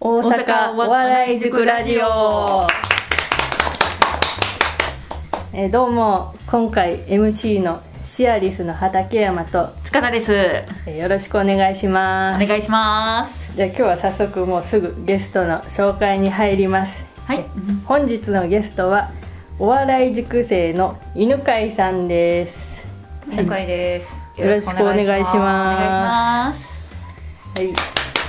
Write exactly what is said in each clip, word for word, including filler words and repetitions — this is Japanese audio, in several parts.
大阪お笑い塾ラジオ。えー、どうも今回 エムシー のシアリスの畠山と塚田です、えー、よろしくお願いします。 お願いします。 じゃあ今日は早速もうすぐゲストの紹介に入ります。 はい、 本日のゲストはお笑い塾生の犬飼さんです。 犬飼です。 よろしくお願いします。 お願いします。 はい。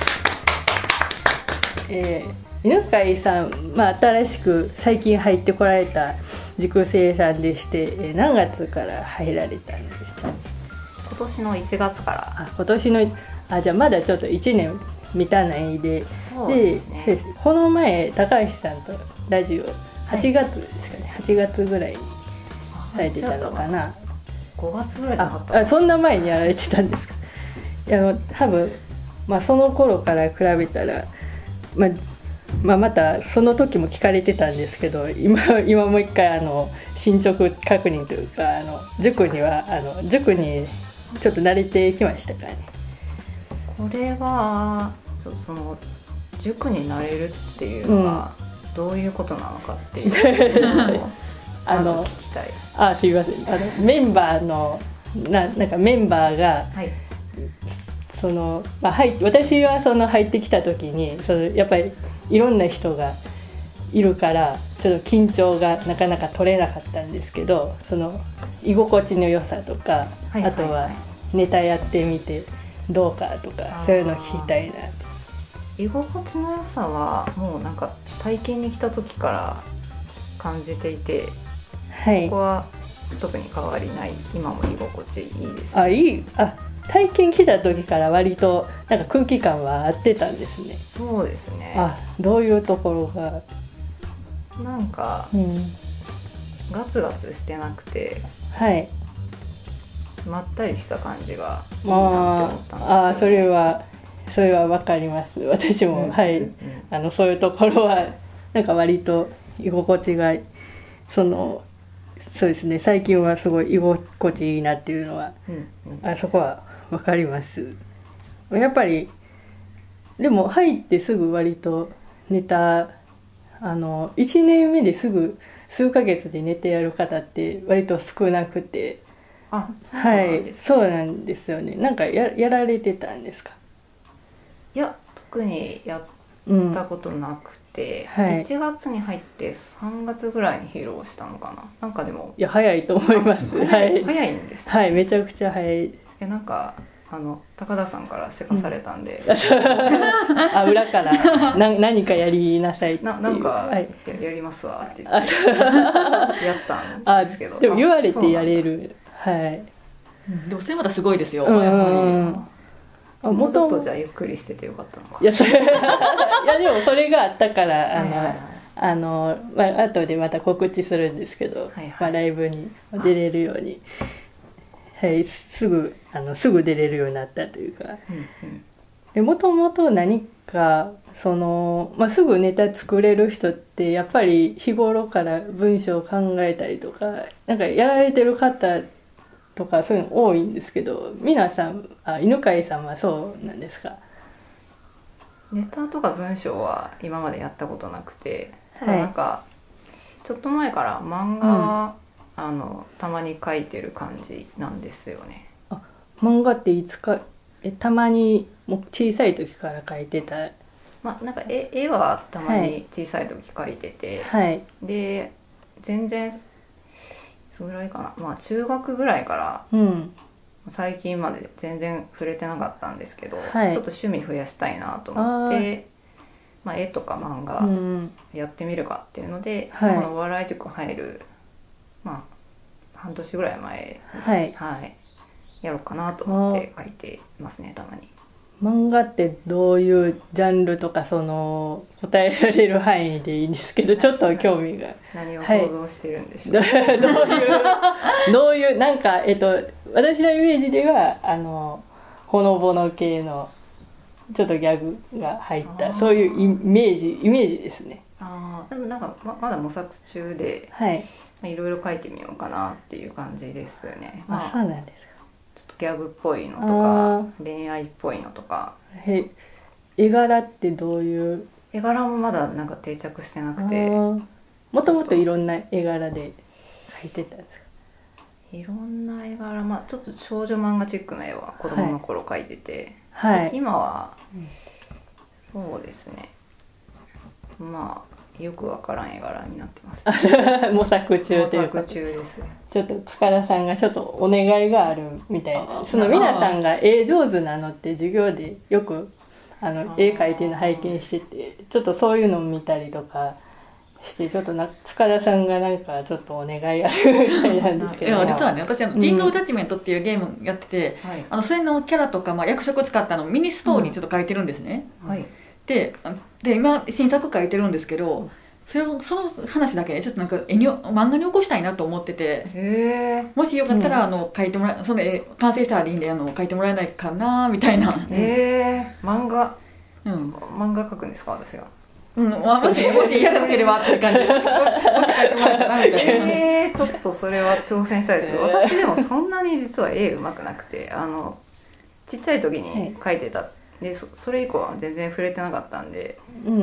えー、犬飼さん、まあ、新しく最近入ってこられた塾生さんでして、えー、何月から入られたんですか？ 今年のいちがつから。 あ、今年のあじゃあまだちょっといちねん満たないで、 そうですね。 でこの前高橋さんとラジオはちがつですかね、はい、はちがつぐらいにされてたのかな。 ごがつぐらいじゃなかったかなあ。そんな前にやられてたんですか？いや多分、まあ、その頃から比べたら、まあまあ、またその時も聞かれてたんですけど、 今, 今もう一回あの進捗確認というか、あの塾にはあの塾にちょっと慣れてきましたからね。 これはちょっとその塾になれるっていうのがどういうことなのかっていうのをあの聞きたい。 あ、すいません。あのメンバーの な, なんかメンバーが、 はい、 そのまあ、入私はその入ってきた時にそのやっぱりいろんな人がいるからちょっと緊張がなかなか取れなかったんですけど、その居心地の良さとか、はいはいはい、あとはネタやってみてどうかとか、そういうの聞きたいな。 居心地の良さはもうなんか体験に来た時から感じていて、はい、そこは特に変わりない。今も居心地いいです、ね、 あ、いい。あ、体験来た時から割となんか空気感は合ってたんですね。 そうですね。 あ、どういうところが？ なんか、うん、ガツガツしてなくて、 はい、 まったりした感じがいいなって思ったんですよ、ね。ああ、 それはそれは分かります。私も、うん、はい、うん、あのそういうところはなんか割と居心地がそのそうですね、最近はすごい居心地いいなっていうのは、うんうん、あそこは分かります。やっぱりでも入ってすぐ割とネタ、あのいちねんめですぐ数ヶ月でネタやる方って割と少なくて。 あ、そうなんですね。はい、そうなんですよね。なんか や, やられてたんですか？ いや、特にやったことなくて、うん、はい、いちがつに入ってさんがつぐらいに披露したのかな。なんかでもいや早いと思います。 早い、早いんです、ね、 はい、めちゃくちゃ早い。いや、なんかあの高田さんからせかされたんで、 うん、あ、裏からな何かやりなさいっていう、 ななんか、はい、やりますわって言ってやったんですけど、 あ、でも言われてやれる。はい、 でもそれまたすごいですよ、 うん、 やっぱり。 あ、もうちょっとじゃあゆっくりしててよかったのか。 いや、それいやでもそれがあったからあの、はいはいはい、あのまあ後でまた告知するんですけど、はいはい、まあ、ライブに出れるように、はい、すぐあのすぐ出れるようになったというか、うんうん、でもともと何かその、まあ、すぐネタ作れる人ってやっぱり日頃から文章を考えたりとかなんかやられてる方とかそういうの多いんですけど、皆さん、あ、犬飼さんはそうなんですか？ ネタとか文章は今までやったことなくて、ただなんかちょっと前から漫画は、うん、あのたまに描いてる感じなんですよね。 あ、漫画っていつかえたまにもう小さい時から描いてた？ まあ、なんか 絵, 絵はたまに小さい時描いてて、はい、で全然それぐらいかな、まあ中学ぐらいから、うん、最近まで全然触れてなかったんですけど、はい、ちょっと趣味増やしたいなと思って、まあ、絵とか漫画やってみるかっていうので、うん、このお笑い塾入る、まあ、半年ぐらい前に、はいはい、やろうかなと思って書いてますね、たまに。 漫画ってどういうジャンルとかその答えられる範囲でいいんですけど、ちょっと興味が。 何を想像してるんでしょう、 はい、どういうどういうなんか、えっと、私のイメージではあのほのぼの系のちょっとギャグが入ったそういうイメージイメージですね。 あ、でもなんか ま, まだ模索中で、はい、まあ、いろいろ書いてみようかなっていう感じですよね。 まあ、あ、そうなんですか。 ちょっとギャグっぽいのとか恋愛っぽいのとか。 へ、絵柄ってどういう絵柄もまだなんか定着してなくて、 もともといろんな絵柄で描いてたんですか？ いろんな絵柄、まあちょっと少女漫画チックな絵は子供の頃描いてて、 はい、 今は、うん、そうですね、まあよくわからん絵柄になってます、 ね、模索中というか。 模索中です。 ちょっと塚田さんがちょっとお願いがあるみたいな、その皆さんが絵上手なのって授業でよくあの絵描いてるの拝見してて、ちょっとそういうのを見たりとかして、ちょっとな塚田さんがなんかちょっとお願いあるみたいなんですけど。 いや実はね、私あの人狼タッチメントっていうゲームやってて、うん、あのそれのキャラとか、まあ、役職を使ったのミニストーリーちょっと書いてるんですね、うん、はい、で, で今新作書いてるんですけど、それをその話だけちょっとなんか絵に漫画に起こしたいなと思ってて、 へもしよかったら、うん、あの書いてもらその絵完成したらいいんであの書いてもらえないかなみたいな。 へえ、漫画、うん、漫画描くんですか私が。 うん、まあ、もしもし嫌なければって感じでもし書いてもらえたらみたいな。 えー、ちょっとそれは挑戦したいですけど、私でもそんなに実は絵うまくなくて、あのちっちゃい時に描いてた。で そ, それ以降は全然触れてなかったんで、うん、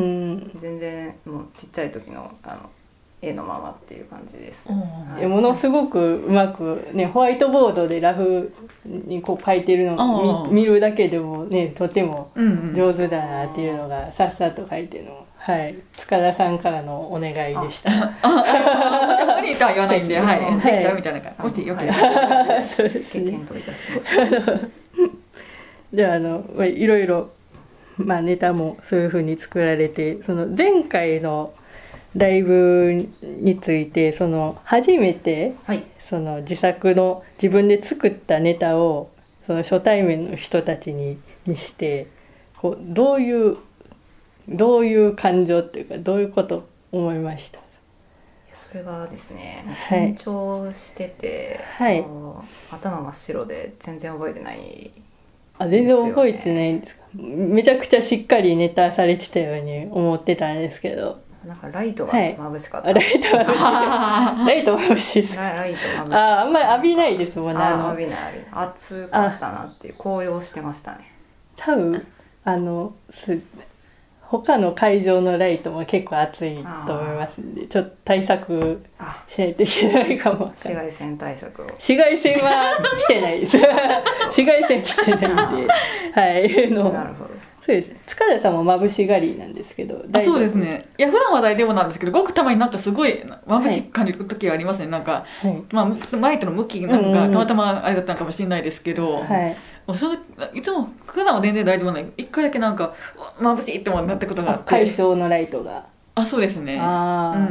全然もうちっちゃい時のあの絵のままっていう感じです、 はい、ものすごくうまく、ね、ホワイトボードでラフにこう描いてるのを 見, 見るだけでも、ね、とても上手だなっていうのがさっさと描いてるの、はい、塚田さんからのお願いでした。 ああ無理とは言わないんで、はい、できたらみたいな感じ、もしよければそうですね、検討いたしますではあのいろいろ、まあ、ネタもそういう風に作られて、その前回のライブについてその初めて、はい、その自作の自分で作ったネタをその初対面の人たちににしてこうどういうどういう感情っていうかどういうこと思いました？ それがですね、緊張してて、はい、頭真っ白で全然覚えてない。 あ、全然覚えてないんですか？めちゃくちゃしっかりネタされてたように思ってたんですけど、 なんかライトが眩しかった、 はい、ライト眩しいライト眩しいです。 ライト眩しい。 あ、あんまり浴びないですもんね。 ああ、浴びない浴びない。暑かったなっていう高揚してましたね。 多分あの他の会場のライトも結構暑いと思いますんで、ちょっと対策しないといけないかも。 紫外線対策を。 紫外線は来てないです紫外線来てないんで、はいの。なるほど。そうです。塚田さんも眩しがりなんですけど、 あ、そうですね。いや普段は大丈夫なんですけど、ごくたまになんかすごい眩しい感じる時はありますね。なんか、はい、まあライトの向きなんかたまたまあれだったのかもしれないですけど、はい、それいつも普段は全然大丈夫ない。一回だけなんか眩しいってなったことがあって。 会場のライトが。 あ、そうですね。ああ、うん。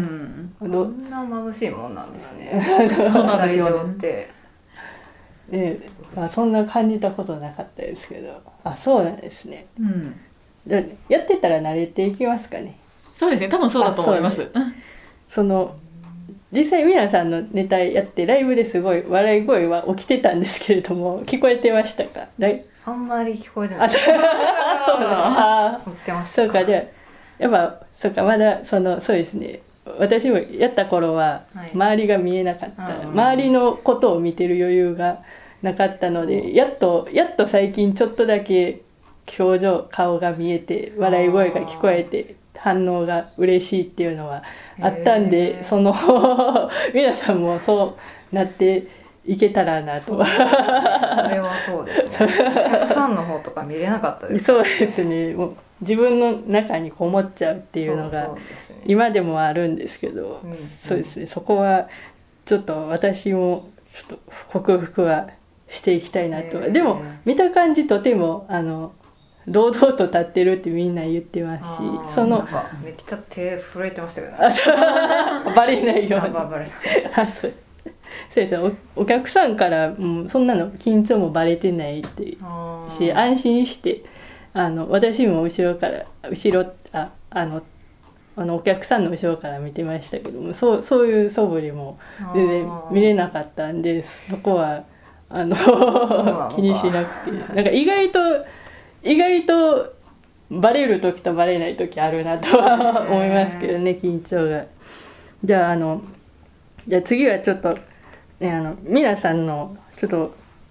こんな眩しいもんなんですね。そうなんですよね。 ね、まあ、そんな感じたことなかったですけど、あ、そうなんですね、うん、やってたら慣れていきますかね。 そうですね、多分そうだと思います。 その実際皆さんのネタやってライブですごい笑い声は起きてたんですけれども、聞こえてましたか？ あんまり聞こえてない。あ、そうだ。起きてました。そうか、じゃあやっぱそうか、まだそのそうですね、私もやった頃は周りが見えなかった、はい、周りのことを見てる余裕がなかったので、やっとやっと最近ちょっとだけ表情顔が見えて笑い声が聞こえて反応が嬉しいっていうのはあったんで、その皆さんもそうなっていけたらなと。 そ, それはそうですね。お客さんの方とか見れなかったです、ね、 そうですね。もう自分の中にこもっちゃうっていうのが今でもあるんですけど、うんうん、そうですね。そこはちょっと私もちょっと克服はしていきたいなと。でも見た感じとてもあの堂々と立ってるってみんな言ってますし、そのなんかめっちゃ手震えてましたけどね。 バレないように。 バレない。 あ、そう。そうです。 お, お客さんからもうそんなの緊張もバレてないってし、安心してあの私も後ろから後ろああのあのお客さんの後ろから見てましたけども、そうそういう素振りも全然見れなかったんで、そこはあの気にしなくて、なんか意外と意外とバレる時とバレない時あるなとは思いますけどね、緊張が。じゃああのじゃあ次はちょっと、ね、あの皆さんのちょっと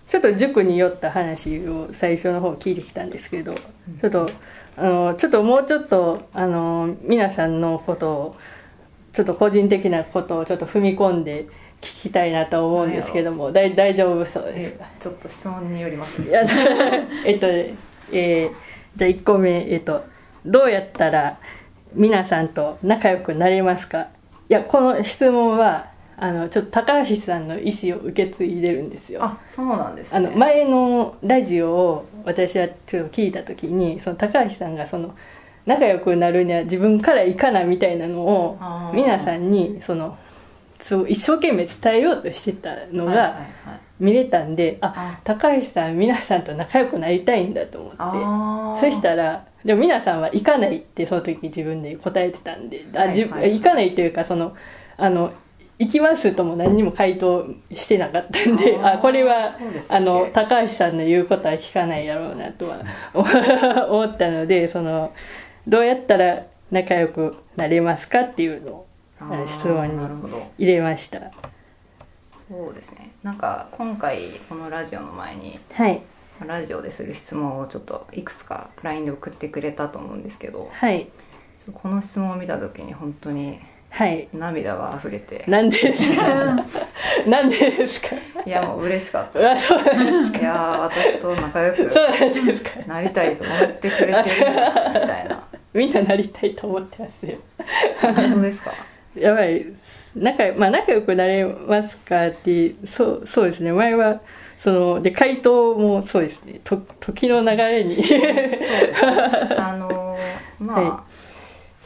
ちょっと塾に寄った話を最初の方聞いてきたんですけど、ちょっとあのちょっともうちょっとあの皆さんのことをちょっと個人的なことをちょっと踏み込んで聞きたいなと思うんですけども、大大丈夫そうですか？ ちょっと質問によりますね。 えっと、えー、じゃあいっこめ、えっと、どうやったら皆さんと仲良くなれますか？いや、この質問はあのちょっと高橋さんの意思を受け継いでるんですよ。 あ、そうなんですね。 あの前のラジオを私はちょっと聞いた時に、その高橋さんがその仲良くなるには自分からいかなみたいなのを皆さんにそのそう一生懸命伝えようとしてたのが見れたんで、あ、あ高橋さん皆さんと仲良くなりたいんだと思って、そしたらでも皆さんは行かないってその時自分で答えてたんで、あ、はいはい、行かないというかそのあの行きますとも何にも回答してなかったんで、ああこれはあの高橋さんの言うことは聞かないやろうなとは思ったので、そのどうやったら仲良くなれますかっていうのを質問に入れました。 そうですね。なんか今回このラジオの前に、 はい、 ラジオでする質問をちょっといくつか ライン で送ってくれたと思うんですけど、 はい、 この質問を見た時に本当に涙が溢れて、 はい、なんでですかなんでですか？ いやもう嬉しかったです。そうなんですか。いや私と仲良くなりたいと思ってくれてるみたいな。 みんななりたいと思ってますよ。 本当ですか？ やばい、仲、まあ、仲良くなれますかって、そう、そうですね。前はそので回答もそうですね。と時の流れにそうです、ね、 あのまあ、はい、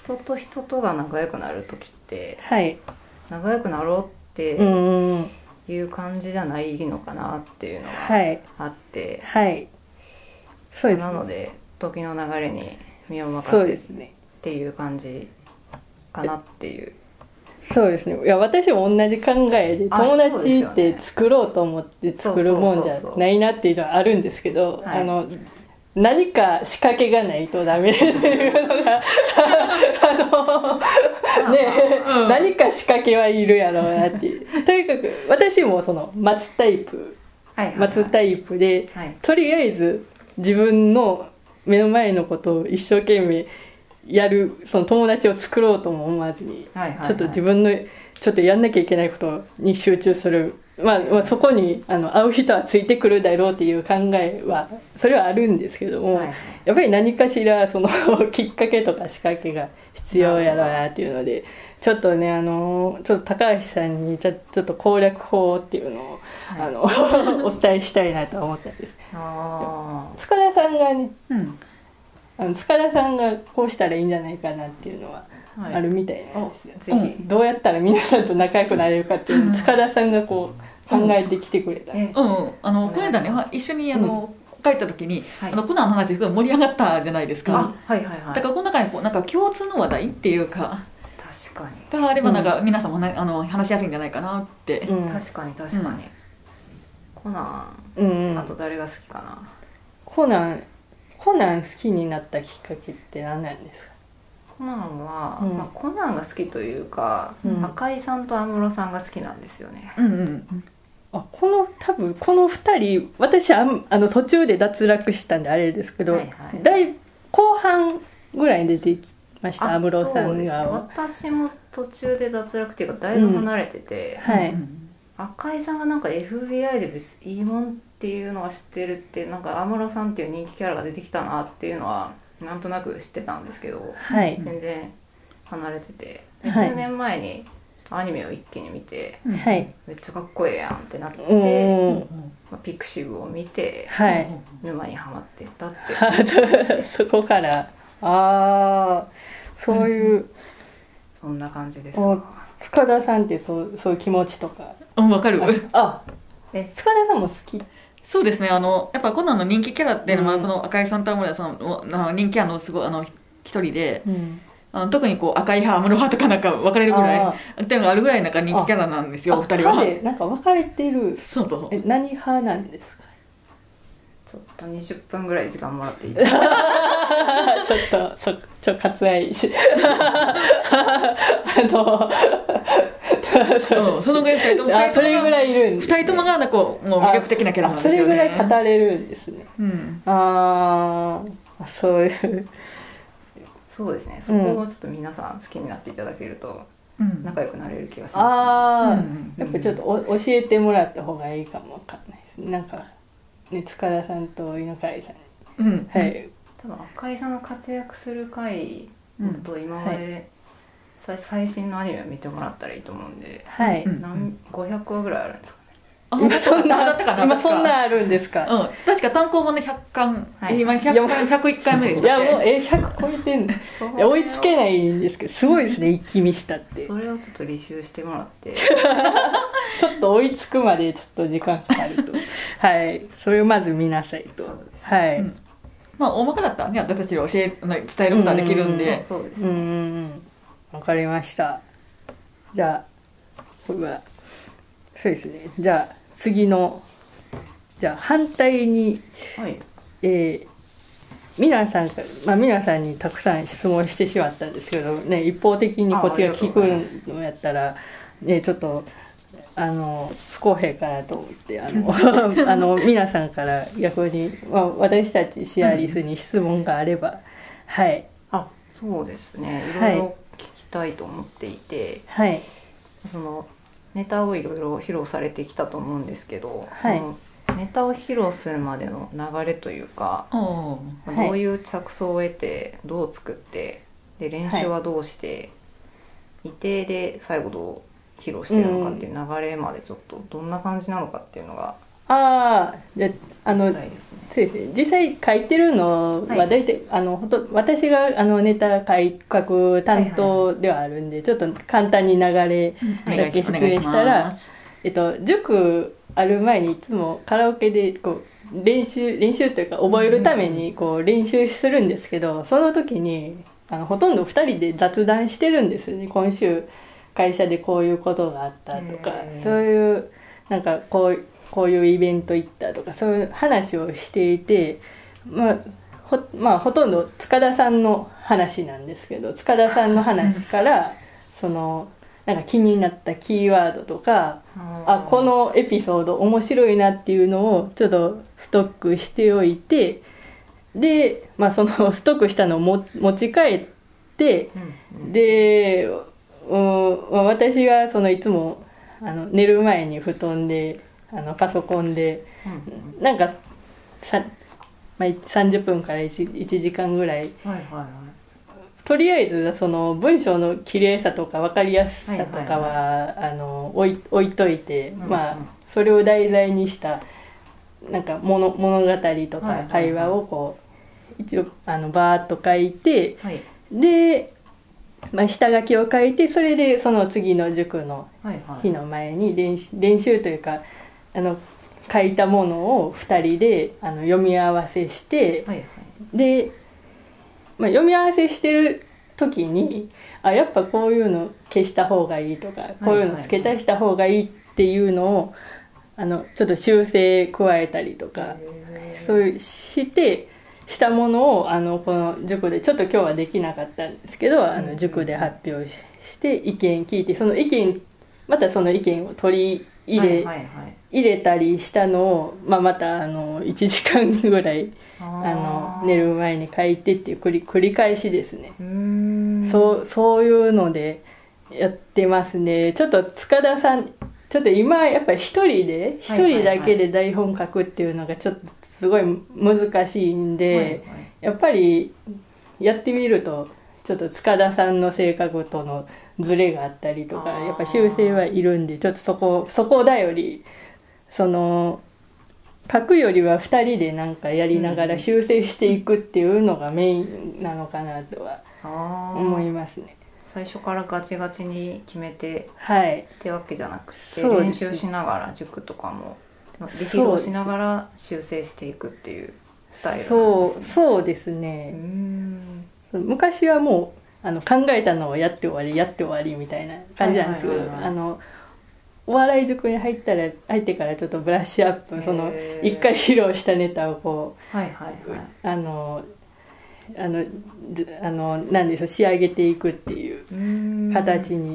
人と人とが仲良くなる時って、はい、仲良くなろうっていう感じじゃないのかなっていうのがあって、はいはい、そうですね、なので時の流れに身を任せてっていう感じかなっていう。 そうですね。いや私も同じ考えで、友達って作ろうと思って作るもんじゃないなっていうのはあるんですけど、あの何か仕掛けがないとダメっていうのがあのね、うん、何か仕掛けはいるやろうなっていう。とにかく私もその待つタイプ、はいはいはい、待つタイプで、はい、とりあえず自分の目の前のことを一生懸命やる、その友達を作ろうとも思わずに、はいはいはい、ちょっと自分のちょっとやんなきゃいけないことに集中する、まあ、まあそこにあの会う人はついてくるだろうっていう考えはそれはあるんですけども、はいはい、やっぱり何かしらそのきっかけとか仕掛けが必要やろうなっていうので、ちょっとねあのちょっと高橋さんにちょ、ちょっと攻略法っていうのを、はい、あのお伝えしたいなと思ったんです。あ塚田さんがね、うんあの塚田さんがこうしたらいいんじゃないかなっていうのはあるみたいなんですよ、はい、うん、どうやったら皆さんと仲良くなれるかっていうのを塚田さんがこう考えてきてくれた、うんうん、あのこの間ね一緒にあの、うん、帰った時に、はい、あのコナンの話ですごい盛り上がったじゃないですか、うん、はいはいはい、だからこの中にこうなんか共通の話題っていうか確かにがあればなんか皆さんもなあの話しやすいんじゃないかなって、 うん、確かに確かに、うん、コナン、うんうん、あと誰が好きかな。 コナンコナン好きになったきっかけって何なんですか？ コナンは、うんまあ、コナンが好きというか、うん、赤井さんと安室さんが好きなんですよね、うんうん、 あこの多分このふたり私ああの途中で脱落したんであれですけど、はいはい、だい後半ぐらいに出てきました安室さんが。 私も途中で脱落っていうかだいぶ離れてて、うんはい、赤井さんがなんか エフビーアイ でいいもんっていうのは知ってるって、なんか安室さんっていう人気キャラが出てきたなっていうのはなんとなく知ってたんですけど、はい、全然離れてて、で数年前にアニメを一気に見て、はい、めっちゃかっこええやんってなって、まあ、ピクシブを見て、はい、沼にはまってったってそこからああそういう、うん、 そんな感じです。 塚田さんってそうそういう気持ちとかうん分かる。 あえ塚田さんも好き？ そうですね、あのやっぱコナンの人気キャラっていうのは、うん、この赤井さんと安室さんの人気キャラのすごいあの一人で、うん、あの特にこう赤井派安室派とかなんか分かれるぐらいっていうのがあるぐらいなんか人気キャラなんですよお二人は。 なんか分かれてる。そうそう。え何派なんですか？ ちょっとにじゅっぷんぐらい時間もらっていいですか？ ちょっとそちょっと割愛しあのうん、そのぐらいふたりともそれぐらいいるんです、 ね、ふたりともがこうもう魅力的なキャラなんですよね。 それぐらい語れるんですね、 うん、 ああそういうそうですね、そこをちょっと皆さん好きになっていただけると仲良くなれる気がします、ね、 ああ、 うん、 やっぱちょっとお教えてもらった方がいいかもわかんないです。なんかね、塚田さんと犬飼さんに、うん、はい、 多分赤井さんが活躍する回と今まで、はい、最新のアニメを見てもらったらいいと思うんで、 はい、 何ごひゃくわぐらいあるんですかね。 あ、そんなだったかな。 今そんなあるんですか。 うん、確か単行本でひゃっかん、はい、今ひゃっかんひゃくいっかいめでしたっけ。 いやもうえひゃく超えてんの。追いつけないんですけど、すごいですね、一気見したって。 それをちょっと履修してもらってちょっと追いつくまでちょっと時間かかるとはい、それをまず見なさいと。そうです、ね、はい、うん、 まあ大まかだったらね、私たちが教え伝えることはできるんで、 そうですね、うん、 わかりました。じゃあこれはそうですね、じゃあ次のじゃあ反対に、はい、えー、皆さんから、まあ、皆さんにたくさん質問してしまったんですけどね、一方的にこっちが聞くのやったら、ね、ちょっとあの不公平かなと思ってあのあの皆さんから逆に、まあ、私たちシェアリスに質問があれば、うん、はい、 あ、そうですね、いろいろ聞きたいと思っていて、はい、そのネタをいろいろ披露されてきたと思うんですけど、はい、ネタを披露するまでの流れというか、どういう着想を得てどう作ってで練習はどうして、はい、いてで最後どう披露してるのかっていう流れまでちょっとどんな感じなのかっていうのが、 ああ、であの、ね、そうですね、実際書いてるのは大体、はい、あのほと私があのネタ改革担当ではあるんで、はいはいはい、ちょっと簡単に流れだけ説明したら、えっと、塾ある前にいつもカラオケでこう練習練習というか覚えるためにこう練習するんですけど、その時にあのほとんどふたりで雑談してるんですよね。今週会社でこういうことがあったとか、そういうなんかこうこういうイベント行ったとかそういう話をしていて、まあ ほ, まあ、ほとんど塚田さんの話なんですけど、塚田さんの話からそのなんか気になったキーワードとか、あこのエピソード面白いなっていうのをちょっとストックしておいて、で、まあ、そのストックしたのをも持ち帰って、で、うん、私がそのいつもあの寝る前に布団であのパソコンでなんかさ、まあ、さんじゅっぷんから 1, いちじかんぐらい、はいはいはい、とりあえずその文章の綺麗さとか分かりやすさとかは、はいはいはい、あの 置, い置いといて、うんうん、まあ、それを題材にしたなんか 物, 物語とか会話をこう、はいはいはい、一応あのバーッと書いて、はい、で、まあ、下書きを書いて、それでその次の塾の日の前に練習、練習というかあの書いたものをふたりであの読み合わせして、はいはい、で、まあ、読み合わせしてる時にあやっぱこういうの消した方がいいとか、こういうの付け足した方がいいっていうのをあのちょっと修正加えたりとかそういうしてしたものをあのこの塾でちょっと今日はできなかったんですけど、あの塾で発表して意見聞いて、その意見またその意見を取り入れ、はいはいはい、入れたりしたのを、まあ、またあのいちじかんぐらいあの寝る前に書いてっていう繰り、繰り返しですね。うーん、そう、そういうのでやってますね。ちょっと塚田さんちょっと今やっぱり一人で一人だけで台本書くっていうのがちょっとすごい難しいんで、はいはい、やっぱりやってみるとちょっと塚田さんの性格とのズレがあったりとかやっぱ修正はいるんで、ちょっとそこそこだよりその書くよりはふたりでなんかやりながら修正していくっていうのがメインなのかなとは思いますね。 最初からガチガチに決めて、 はい、 ってわけじゃなくて練習しながら塾とかもで披露しながら修正していくっていうスタイルなんですね。 そう、そうですね。うーん、昔はもうあの考えたのをやって終わりやって終わりみたいな感じなんですけど、はいはいはいはい、あのお笑い塾に入ったら入ってからちょっとブラッシュアップ、その一回披露したネタをこう、はいはいはい、あのあのあのなんでしょう仕上げていくっていう形に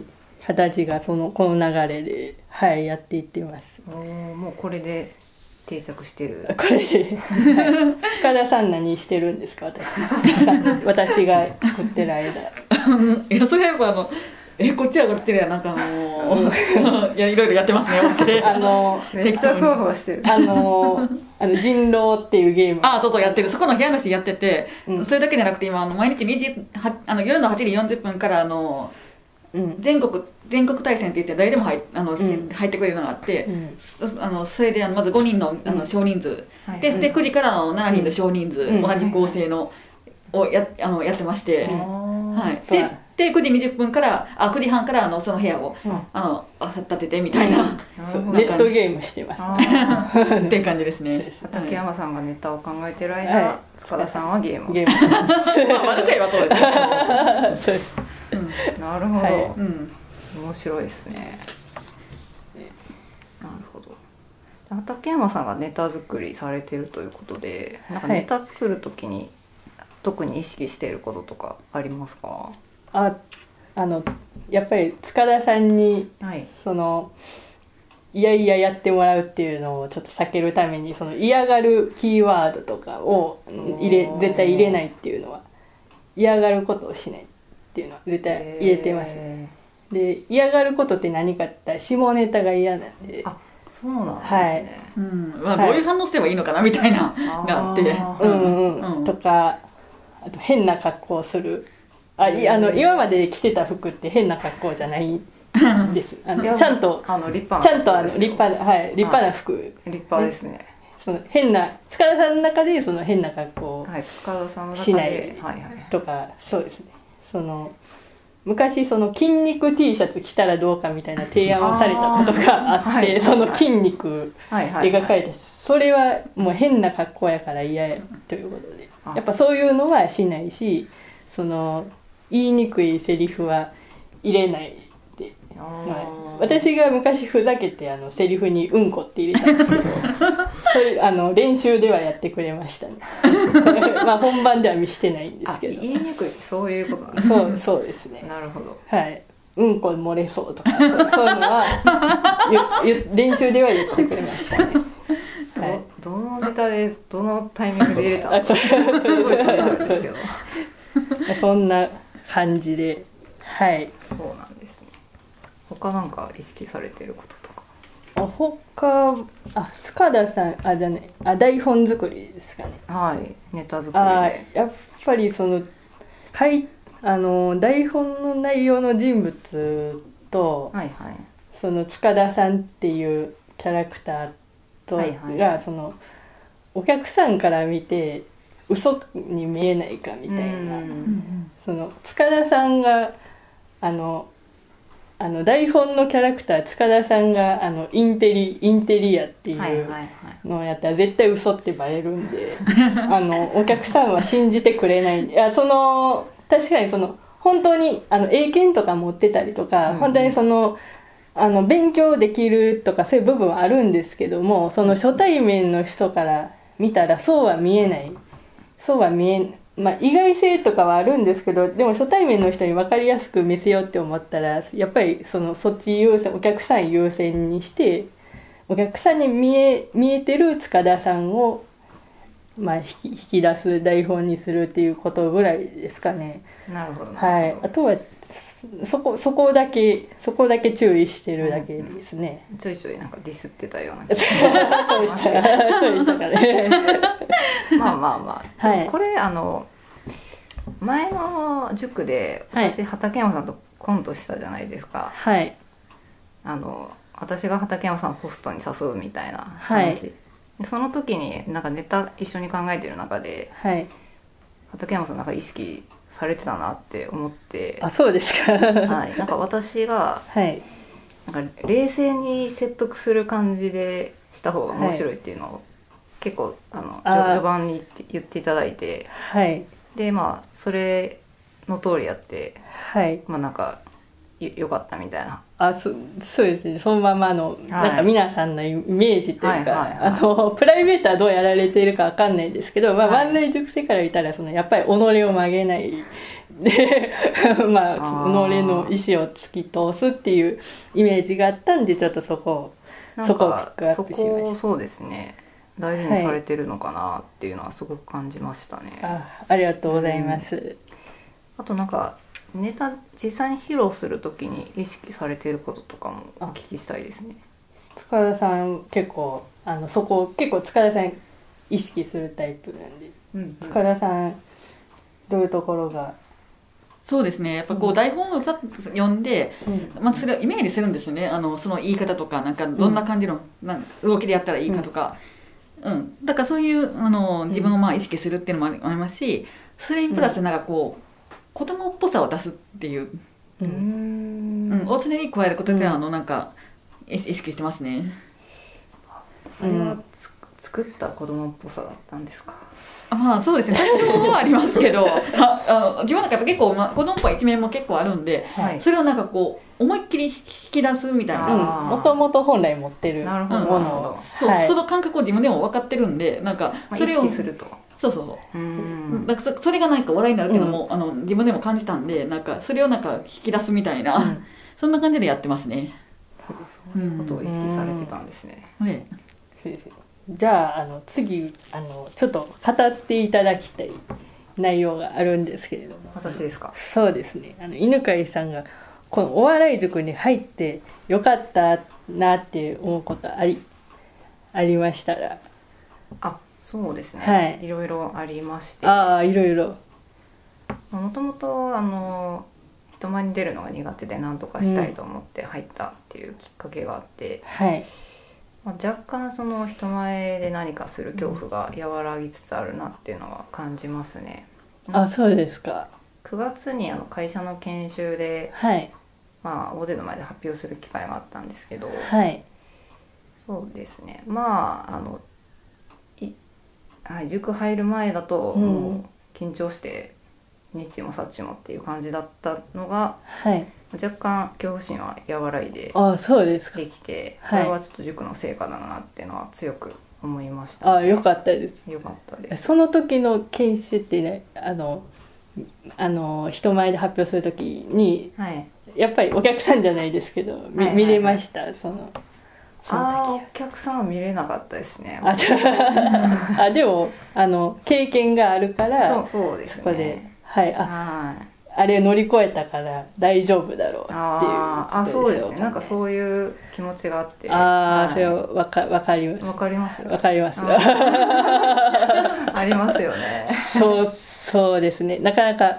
形がそのこの流れで、はい、やっていってます。 おもうこれで定着してる。 これで、はい、塚田さん何してるんですか、私私が作ってる間。 いやそれやっぱあのえこっちはこっちでなんかもういやいろいろやってますねってあのめっちゃふわふわしてる。 あのあの人狼っていうゲーム、 あそうそうやってる、そこの部屋の人やってて、うん、それだけじゃなくて今あの毎日にじはあの夜のはちじよんじゅっぷんからあの、うん、全国全国対戦って言って誰でも 入, あの、うん、入ってくれるのがあって、うん、あのそれであのまずごにん の, あの少人数、うん、で, でくじからのしちにんの少人数、うん、同じ構成のを や, あのやってまして、うん、はい、ででくじにじゅっぷんからあくじはんからあのその部屋を、うん、あのあ立ててみたいな、 うん、ネットゲームしてますっていう感じですね。 畠山さんがネタを考えてる間、はい、塚田さんはゲームをゲームしてます。 まあ悪く言えばそうですそうです、うん、なるほど、はい、うん、面白いですね。なるほど。畠山さんがネタ作りされてるということで、なんかネタ作るときに特に意識していることとかありますか？ ああのやっぱり塚田さんに、はい、そのいやいややってもらうっていうのをちょっと避けるために、その嫌がるキーワードとかを入れ絶対入れないっていうのは、嫌がることをしないっていうのは絶対入れてますね。で嫌がることって何かって言ったら下ネタが嫌なんで。 あそうなんですね、はい、 うんまあ、どういう反応すればいいのかなみたいながあって、 うんうんうん、とかあと変な格好をする。あいあの今まで着てた服って変な格好じゃないんですあのちゃんとあの立派なちゃんとあの立派な、はい、立派な服、はい、 立派ですね。 その変な塚田さんの中でその変な格好をしないとか、はいはい、そうですね。その昔その筋肉 T シャツ着たらどうかみたいな提案をされたことがあって、はい、その筋肉描かれて、それはもう変な格好やから嫌やということで、やっぱそういうのはしないし、その言いにくいセリフは入れないって、まあ、私が昔ふざけてあのセリフにうんこって入れたんですけどそれあの練習ではやってくれましたねまあ本番では見してないんですけど。 言いにくいそういうことなんですね。そうそうですね。 なるほど。 はい、うんこ漏れそうとかそう、そういうのは練習では言ってくれましたねはい、ど, どのネタでどのタイミングで入れたのかすごい気になるんですけどそんな感じで、はい。 そうなんですね。他なんか意識されてることとか。 あ他あ塚田さんあじゃねあ台本作りですかね。 はい。ネタ作りで。 あやっぱりそのかいあの台本の内容の人物と、はいはい、その塚田さんっていうキャラクターと、はいはい、がそのお客さんから見て嘘に見えないかみたいな、その塚田さんがあのあの台本のキャラクター塚田さんがあのインテリインテリアっていうのをやったら絶対嘘ってバレるんであのお客さんは信じてくれないんで、いやその確かにその本当にあの英検とか持ってたりとか、うん、本当にそのあの勉強できるとかそういう部分はあるんですけども、その初対面の人から見たらそうは見えないそうは見えまあ、意外性とかはあるんですけど、でも初対面の人に分かりやすく見せようって思ったらやっぱり そのそっち優先お客さん優先にしてお客さんに見え、見えてる塚田さんを、まあ、引き、引き出す台本にするっていうことぐらいですかね。 なるほど。 はい。あとはそこ、そこだけそこだけ注意してるだけですね、 うんうん、ちょいちょいなんかディスってたようなそうでしたそうでしたかねまあまあまあ、はい、これあの前の塾で私、はい、畠山さんとコントしたじゃないですか。 はい。 あの私が畠山さんをホストに誘うみたいな話、はい、その時になんかネタ一緒に考えてる中で、はい、畠山さんなんか意識されてたなって思って。 あ、そうですかはい、なんか私が、はい、なんか冷静に説得する感じでした方が面白いっていうのを、はい、結構あの序盤に言っていただいて、はい、でまあそれの通りやって、はい、まあなんかよかったみたいな。 あ、そ、そうですね。そのままの、はい、なんか皆さんのイメージというか、はいはいはい、あのプライベートはどうやられているかわかんないですけど、まあ、はい、万内塾生から見たらそのやっぱり己を曲げないでまあ己の意思を突き通すっていうイメージがあったんで、ちょっとそこをそこをピックアップしました。 そうですね、大事にされてるのかなっていうのはすごく感じましたね。 はい、あ、ありがとうございます、うん、 あとなんかネタ実際に披露するときに意識されていることとかもお聞きしたいですね。 塚田さん結構あのそこ結構塚田さん意識するタイプなんで、うんうん、塚田さんどういうところが。 そうですね、やっぱこう台本を読んで、うん、まあ、それをイメージするんですよね。あのその言い方とか、なんかどんな感じの、うん、なん動きでやったらいいかとか、うん、うん、だからそういうあの自分をまあ意識するっていうのもありますし、それにプラスなんかこう子供っぽさを出すっていう、うん、うん、を常に加えることで、うん、あのなんか意識してますね。 あれは作った子供っぽさだったんですか。 まあそうですね、多少はありますけどああの自分の中で結構、まあ、子供っぽい一面も結構あるんで、はい、それをなんかこう思いっきり引き出すみたいな、 もともと本来持ってるものを、 そう、はい、その感覚を自分でも分かってるんで、なんかそれを意識すると、 そうそうそう、うんだからそれがなんか笑いになるっていうのも、うん、あの自分でも感じたんで、なんかそれをなんか引き出すみたいな、うん、そんな感じでやってますね。 そういうことを意識されてたんですね。 うん、ね、そうですね。じゃあ、あの次あのちょっと語っていただきたい内容があるんですけれども。 私ですか。 そうですね、あの犬飼さんがこのお笑い塾に入ってよかったなって思うことありありましたら。 あ、そうですね、はい、いろいろありまして、 ああ、いろいろ。 もともとあの人前に出るのが苦手で何とかしたいと思って入ったっていうきっかけがあって、うん、はい、若干その人前で何かする恐怖が和らぎつつあるなっていうのは感じますね。 あ、そうですか。 くがつにあの会社の研修で、はい、まあ、大勢の前で発表する機会があったんですけど、はい、そうですね、まああのい、はい、塾入る前だともう緊張してニッチもサッチもっていう感じだったのが、はい、若干恐怖心は和らいでできて、これはちょっと塾の成果だなっていうのは強く思いました、ね。 あ、よかったです。 よかったです。 その時の研修ってね、あのあの人前で発表する時に、はい、やっぱりお客さんじゃないですけど、はいはいはい、見れました。そのその時。あ、お客さんは見れなかったですね。 ああ、でもあの経験があるから、 そうそうですね、 そこで、はい、あ、はい、あれ乗り越えたから大丈夫だろうっていうことでしょうかね。 ああ、そうですね、なんかそういう気持ちがあって。 ああ、はい、それはわか、わかります。 わかりますわかります。 あ, ありますよね。 そうそうですね、なかなか、はい、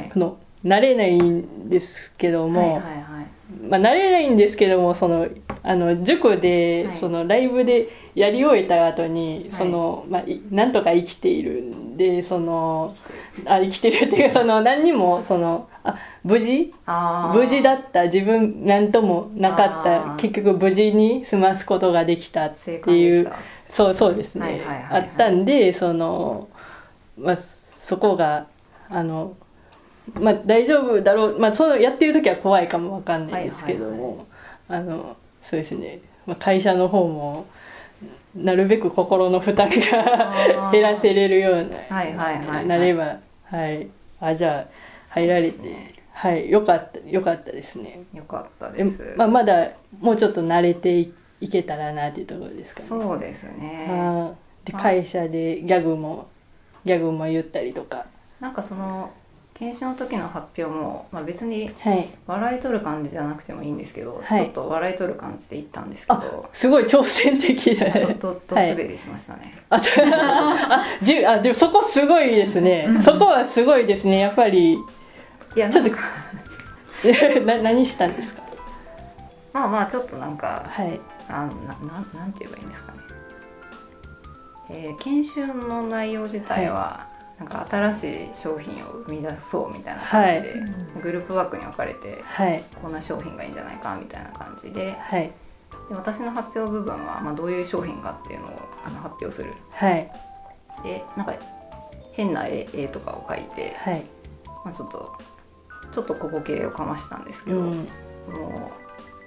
この慣れないんですけども、はいはいはい、まあ、慣れないんですけども、そのあの塾で、はい、そのライブでやり終えた後に、はい、そのまあ、なんとか生きているんで、そのあ生きてるっていう、その何にもそのあ無事無事だった、自分なんともなかった、結局無事に済ますことができたっていう、そうそうですね、はいはいはいはい、あったんで、その、まあ、そこがあの、まあ、大丈夫だろう、まあ、そのやってる時は怖いかもわかんないですけども、はいはいはい、あのそうですね、まあ、会社の方もなるべく心の負担が減らせれるような、はいはいはいはい、なれば、はい、あ、じゃあ入られて、ね、はい、よかったよかったですね。 よかったです。 まあ、まだもうちょっと慣れて い, いけたらなっていうところですかね。 そうですね。 あで会社でギャグもギャグも言ったりとか、 なんかその研修の時の発表も、まあ、別に笑い取る感じじゃなくてもいいんですけど、はい、ちょっと笑い取る感じで行ったんですけど、 すごい挑戦的だね。 とと滑りしましたね。 はい、あじあでもそこすごいですね。そこはすごいですね、やっぱり。いや、ちょっとな何したんですか。 まあまあちょっとなんか、はい、あなななんて言えばいいんですかね、えー、研修の内容自体は、はい、なんか新しい商品を生み出そうみたいな感じで、はい、グループワークに分かれて、はい、こんな商品がいいんじゃないかみたいな感じで、はい、で私の発表部分は、まあ、どういう商品かっていうのをあの発表する、はい、でなんか変な絵、絵とかを描いて、はい、まあ、ちょっとちょっと小ボケをかましたんですけど、うん、もう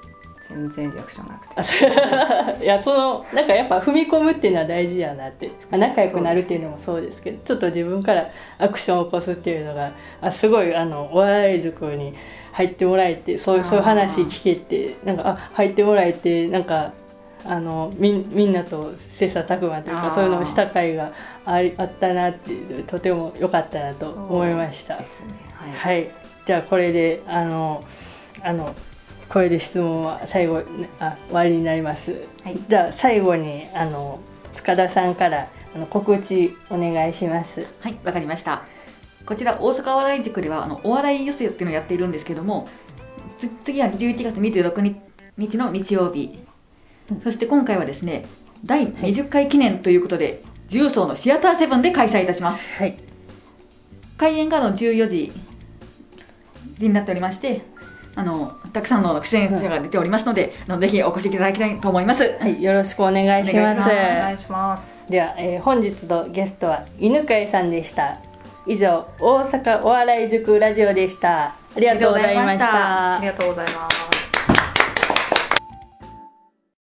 全然リアクションなくていやそのなんかやっぱ踏み込むっていうのは大事やなって、まあ、仲良くなるっていうのもそうですけど、ちょっと自分からアクションを起こすっていうのがあすごいあのお笑い塾に入ってもらえて、そういうそういう話聞けて、なんかあ入ってもらえて、なんかあの み, みんなと切磋琢磨というかそういうのをした会が あ, あったなっていう、とても良かったなと思いました。ですね、はい、はい、じゃあこれであのあのこれで質問は最後あ終わりになります、はい、じゃあ最後にあの塚田さんからあの告知お願いします。 はい、わかりました。こちら大阪お笑い塾ではあのお笑い寄せっていうのをやっているんですけども、次はじゅういちがつにじゅうろくにちの日曜日、うん、そして今回はですねだいにじゅっかい記念ということで、はい、重曹のシアターセブンで開催いたします、はい、開演がのじゅうよじになっておりまして、あのたくさんの出演者が出ておりますので、うん、ぜひお越しいただきたいと思います。 はい、よろしくお願いします。お願いします。 では、えー、本日のゲストは犬飼さんでした。以上大阪お笑い塾ラジオでした。ありがとうございました。 ありがとうございます。